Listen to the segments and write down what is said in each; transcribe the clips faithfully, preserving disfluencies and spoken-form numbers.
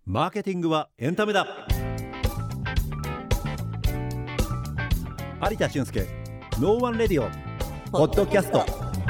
マーケティングはエンタメだ。有田俊介ノーワンレディオポッドキャスト。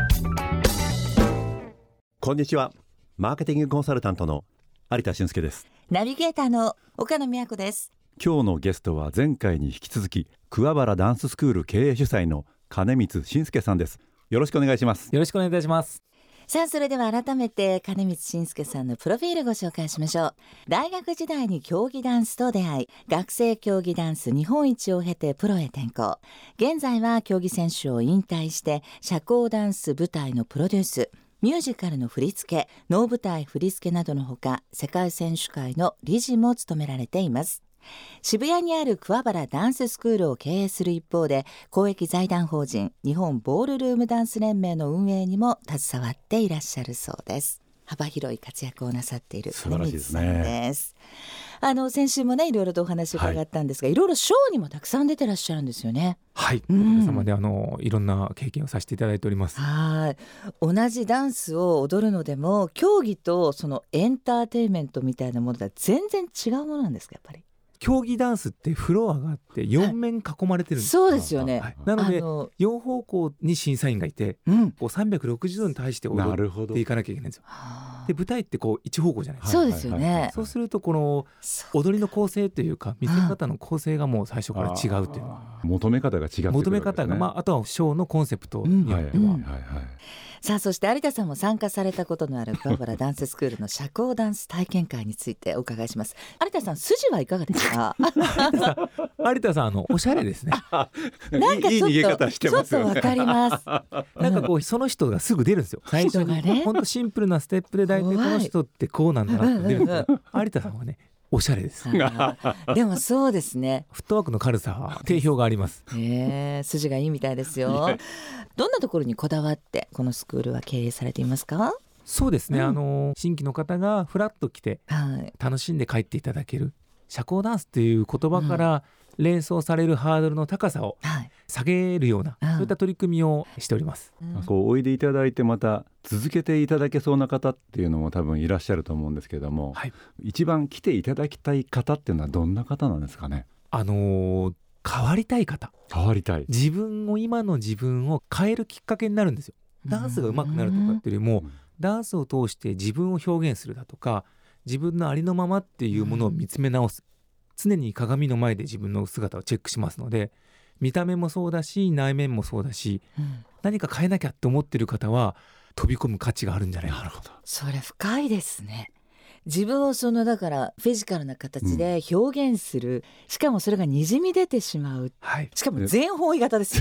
こんにちは。マーケティングコンサルタントの有田俊介です。 ナビゲーターの岡野美和子です。 今日のゲストは前回に引き続き桑原ダンススクール経営主催の金光信介さんです。よろしくお願いします。 よろしくお願いいたします。 さあ、それでは改めて金光信介さんのプロフィールご紹介しましょう。大学時代に競技ダンスと出会い、学生競技ダンス日本一を経てプロへ転向。現在は競技選手を引退して社交ダンス舞台のプロデュース、ミュージカルの振り付け、能舞台振り付けなどのほか、世界選手会の理事も務められています。渋谷にある桑原ダンススクールを経営する一方で、公益財団法人日本ボールルームダンス連盟の運営にも携わっていらっしゃるそうです。幅広い活躍をなさっている金光さんです。あの先週もね、いろいろとお話を伺ったんですが、はい、いろいろショーにもたくさん出てらっしゃるんですよね。 はい、おかげさまであのいろんな経験をさせていただいております。 はい、同じダンスを踊るのでも、競技とそのエンターテインメントみたいなものとは全然違うものなんですか？やっぱり競技ダンスってフロアがあってよん面囲まれてるんです、 はい、そうですよね、 はい、なのでよん方向に審査員がいて、うん、こうさんびゃくろくじゅうどに対して踊っていかなきゃいけないんですよ。で舞台ってこう一方向じゃないですか。 そうですよね。 そうするとこの踊りの構成というか見せ方の構成がもう最初から違うっていうのは、 求め方が違ってくるわけですね。 求め方が、まあ、あとはショーのコンセプトによっては、うんうん、はいはいはい。 さあ、そして有田さんも参加されたことのある桑原ダンススクールの社交ダンス体験会についてお伺いします。有田さん、筋はいかがですか？ 有田さん、あのおしゃれですね。 なんかちょっといい逃げ方してますよね。 ちょっとわかります。 なんかこうその人がすぐ出るんですよ。最初に本当シンプルなステップで大体この人ってこうなんだなって出るんですけど、有田さんはねおしゃれです。 でもそうですね。 フットワークの軽さは定評があります。 えー、筋がいいみたいですよ。どんなところにこだわってこのスクールは経営されていますか？ そうですね、うん、あの新規の方がフラッと来て、 はい、 楽しんで帰っていただける社交ダンスっていう言葉から連想されるハードルの高さを下げるような、はい、そういった取り組みをしております、 うん、こうおいでいただいてまた続けていただけそうな方っていうのも多分いらっしゃると思うんですけども、はい、一番来ていただきたい方っていうのはどんな方なんですかね？ あのー、変わりたい方、 変わりたい、 自分を今の自分を変えるきっかけになるんですよ。ダンスが上手くなるとかっていうよりも、うん、ダンスを通して自分を表現するだとか、自分のありのままっていうものを見つめ直す、うん、常に鏡の前で自分の姿をチェックしますので、見た目もそうだし内面もそうだし、うん、何か変えなきゃって思ってる方は飛び込む価値があるんじゃないかな。なるほど、 それ深いですね。自分をそのだからフィジカルな形で表現する、うん、しかもそれがにじみ出てしまう、はい、しかも全方位型ですよ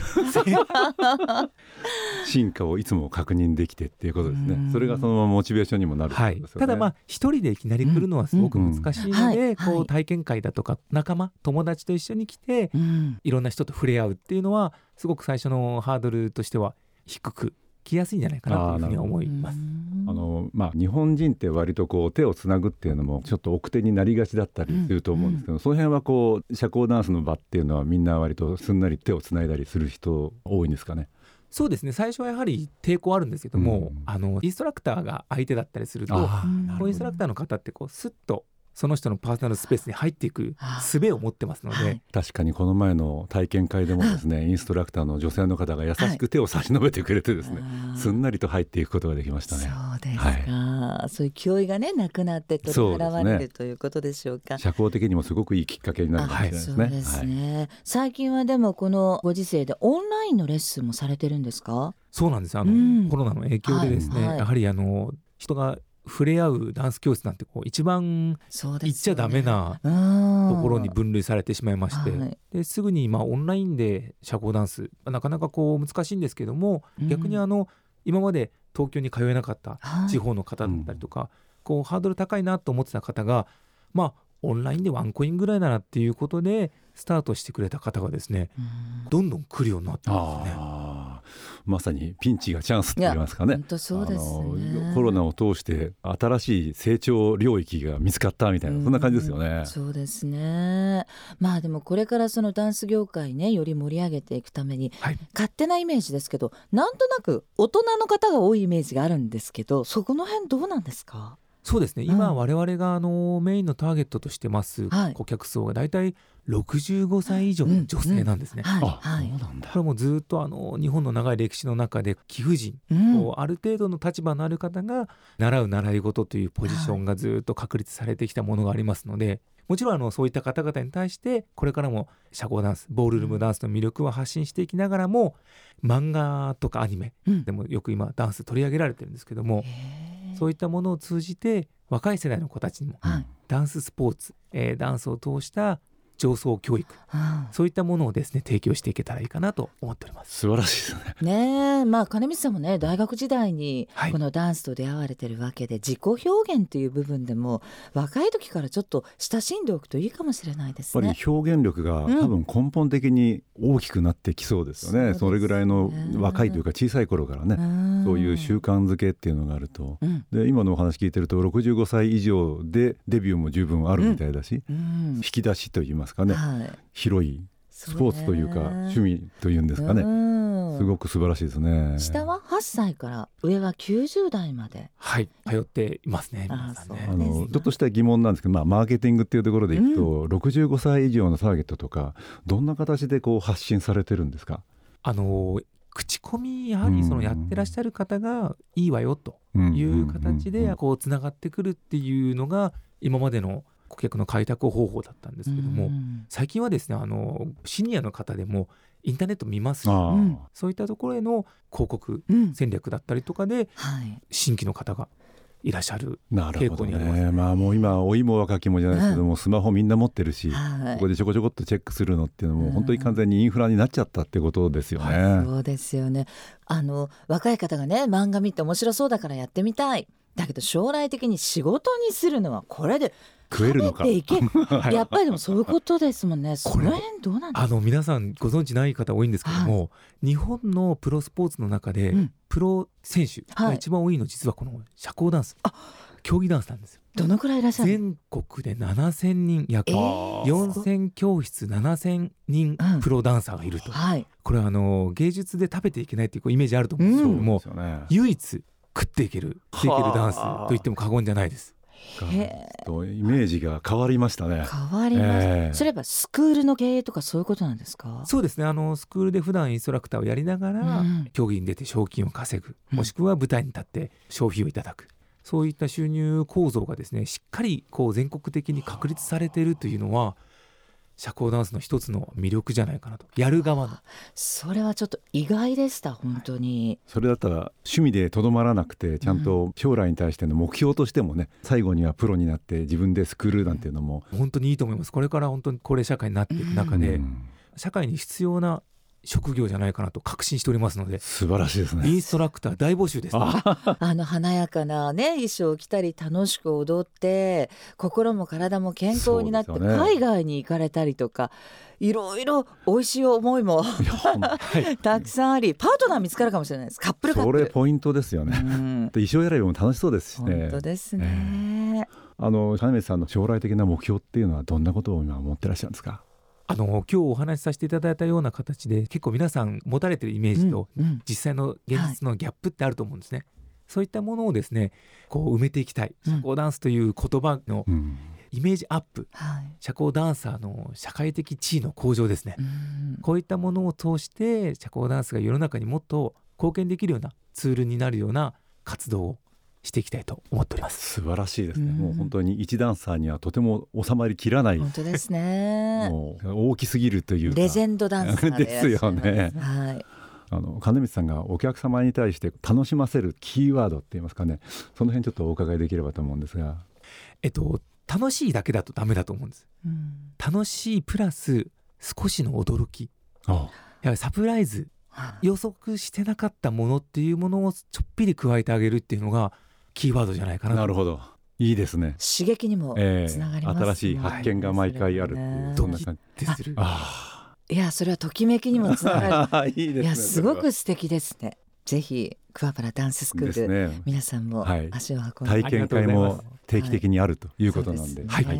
進化をいつも確認できてっていうことですね。それがそのままモチベーションにもなるってことですよね、はい、 ただまあ一人でいきなり来るのはすごく難しいので、こう体験会だとか仲間友達と一緒に来て、うん、いろんな人と触れ合うっていうのはすごく最初のハードルとしては低く来やすいんじゃないかなというふうに思います。 あの、まあ、日本人って割とこう手をつなぐっていうのもちょっと奥手になりがちだったりすると思うんですけど、うんうん、その辺はこう社交ダンスの場っていうのはみんな割とすんなり手をつないだりする人多いんですかね？ そうですね、最初はやはり抵抗あるんですけども、うん、あのインストラクターが相手だったりすると、こうインストラクターの方ってこうスッとその人のパーソナルスペースに入っていく術を持ってますので、はい、 確かにこの前の体験会でもですね、インストラクターの女性の方が優しく手を差し伸べてくれてですね、はい、すんなりと入っていくことができましたね。 そうですか、はい、そういう気負いがねなくなって取り払われる、ね、ということでしょうか。 社交的にもすごくいいきっかけになるかもしれないですね。 そうですね、はい、最近はでもこのご時世でオンラインのレッスンもされてるんですか？ そうなんです。あの、うん、コロナの影響でですね、はいはい、やはりあの人が触れ合うダンス教室なんてこう一番行っちゃダメなところに分類されてしまいまして、はい、ですぐにまあオンラインで社交ダンスなかなかこう難しいんですけども、うん、逆にあの今まで東京に通えなかった地方の方だったりとか、はい、こうハードル高いなと思ってた方がまあオンラインでワンコインぐらいならっていうことでスタートしてくれた方がですね、うん、どんどん来るようになってますね。 あ、まさにピンチがチャンスって言いますかね。 本当そうですね。 コロナを通して新しい成長領域が見つかったみたいな、そんな感じですよね。 そうですね。まあでもこれからそのダンス業界ねより盛り上げていくために、はい、勝手なイメージですけどなんとなく大人の方が多いイメージがあるんですけど、そこの辺どうなんですか？ そうですね、今我々があのメインのターゲットとしてます顧客層がだいたいろくじゅうごさい以上の女性なんですね。 あ、そうなんだ。 これもずっとあの日本の長い歴史の中で貴婦人、うん、ある程度の立場のある方が習う習い事というポジションがずっと確立されてきたものがありますので、もちろんあのそういった方々に対してこれからも社交ダンス、ボールルームダンスの魅力を発信していきながらも、漫画とかアニメでもよく今ダンス取り上げられてるんですけども、うん、そういったものを通じて若い世代の子たちにもダンススポーツ、えー、ダンスを通した上層教育、うん、そういったものをですね提供していけたらいいかなと思っております。 素晴らしいですね。 ねえ、まあ金光さんもね、大学時代にこのダンスと出会われてるわけで、はい、自己表現っていう部分でも若い時からちょっと親しんでおくといいかもしれないですね。 やっぱり表現力が多分根本的に大きくなってきそうですよね、うん、それぐらいの若いというか小さい頃からね、うん、そういう習慣づけっていうのがあると、うん、で今のお話聞いてるとろくじゅうごさい以上でデビューも十分あるみたいだし、うんうん、引き出しといいますかね、はい、広いスポーツというか趣味というんですかね、すごく素晴らしいですね。 下ははっさいから上はきゅうじゅうだいまで、 はい、通っていますね。皆さんね、 あのちょっとした疑問なんですけど、まあ、マーケティングっていうところでいくと、うん、ろくじゅうごさい以上のターゲットとかどんな形でこう発信されてるんですか？ あの口コミ、やはりそのやってらっしゃる方がいいわよという形でこうつながってくるっていうのが今までの顧客の開拓方法だったんですけども、最近はですね、あのシニアの方でもインターネット見ますし、そういったところへの広告戦略だったりとかで新規の方がいらっしゃる傾向にありますね。 なるほどね。まあ、もう今老いも若きもじゃないですけども、うん、スマホみんな持ってるし、はい、ここでちょこちょこっとチェックするのっていうのも本当に完全にインフラになっちゃったってことですよね、 はい、そうですよね。あの若い方がね、漫画見て面白そうだからやってみたい、だけど将来的に仕事にするのはこれで食えるのかいけやっぱりでもそういうことですもんね。その辺どうなんですか？ あの皆さんご存知ない方多いんですけども、はい、日本のプロスポーツの中で、うん、プロ選手が一番多いの実はこの社交ダンス、はい、競技ダンスなんですよ。 どのくらいいらっしゃる？ 全国でななせんにん、約よんせんきょうしつななせんにんプロダンサーがいると、うん、はい、これはあの芸術で食べていけないというイメージあると思うんですけども、うんね、唯一食っていける食っていけるダンスと言っても過言じゃないです。 へとイメージが変わりましたね。 変わりました、えー、それはスクールの経営とかそういうことなんですか？ そうですね、あのスクールで普段インストラクターをやりながら、うん、競技に出て賞金を稼ぐ、もしくは舞台に立って賞費をいただく、そういった収入構造がですねしっかりこう全国的に確立されているというのは社交ダンスの一つの魅力じゃないかなと。やる側のそれはちょっと意外でした本当に、 はい、それだったら趣味でとどまらなくてちゃんと将来に対しての目標としてもね、うん、最後にはプロになって自分でスクールなんていうのも、 うん、本当にいいと思います。これから本当に高齢社会になっていく中で、うん、社会に必要な職業じゃないかなと確信しておりますので、 素晴らしいですね。 インストラクター大募集です、ね、 あ, あの華やかな、ね、衣装を着たり楽しく踊って心も体も健康になって、ね、海外に行かれたりとかいろいろ美味しい思いもたくさんあり、パートナー見つかるかもしれないです。カップルカップル、 それポイントですよね、うん、衣装選びも楽しそうですしね。 本当ですね、 えー、あの金光さんの将来的な目標っていうのはどんなことを今思ってらっしゃるんですか？ あの今日お話しさせていただいたような形で結構皆さん持たれているイメージと実際の現実のギャップってあると思うんですね、はい、そういったものをですねこう埋めていきたい、社交ダンスという言葉のイメージアップ、うん、社交ダンサーの社会的地位の向上ですね、うん、こういったものを通して社交ダンスが世の中にもっと貢献できるようなツールになるような活動をしていきたいと思っております。 素晴らしいですね、うん、もう本当に一ダンサーにはとても収まりきらない、 本当ですねもう大きすぎるというかレジェンドダンサーでですよね、はい、あの金光さんがお客様に対して楽しませるキーワードって言いますかね、その辺ちょっとお伺いできればと思うんですが。 えっと楽しいだけだとダメだと思うんです、うん、楽しいプラス少しの驚き、ああやはりサプライズ、予測してなかったものっていうものをちょっぴり加えてあげるっていうのがキーワードじゃないかなと。 なるほど、いいですね。 刺激にもつながります、ね、 えー、新しい発見が毎回あるっていう、 ドキッてする。 あいやそれはときめきにもつながるいいですね、 いやすごく素敵ですね。ぜひ桑原ダンススクール、ね、皆さんも足を運んで、 はい、体験会も定期的にあるということなんで、 はい、そうですね、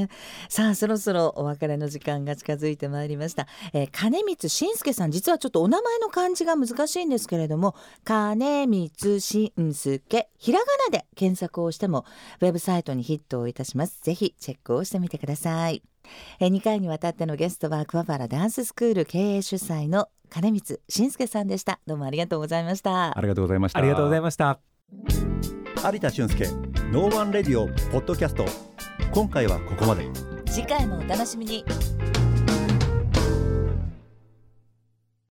ね。さあそろそろお別れの時間が近づいてまいりました。えー、金光信介さん、実はちょっとお名前の漢字が難しいんですけれども、金光信介、ひらがなで検索をしてもウェブサイトにヒットをいたします。ぜひチェックをしてみてください。えー、にかいにわたってのゲストは桑原ダンススクール経営主催の金光信介さんでした。どうもありがとうございました。 ありがとうございました。 ありがとうございました。 有田俊介ノーワンレディオポッドキャスト、今回はここまで。 次回もお楽しみに。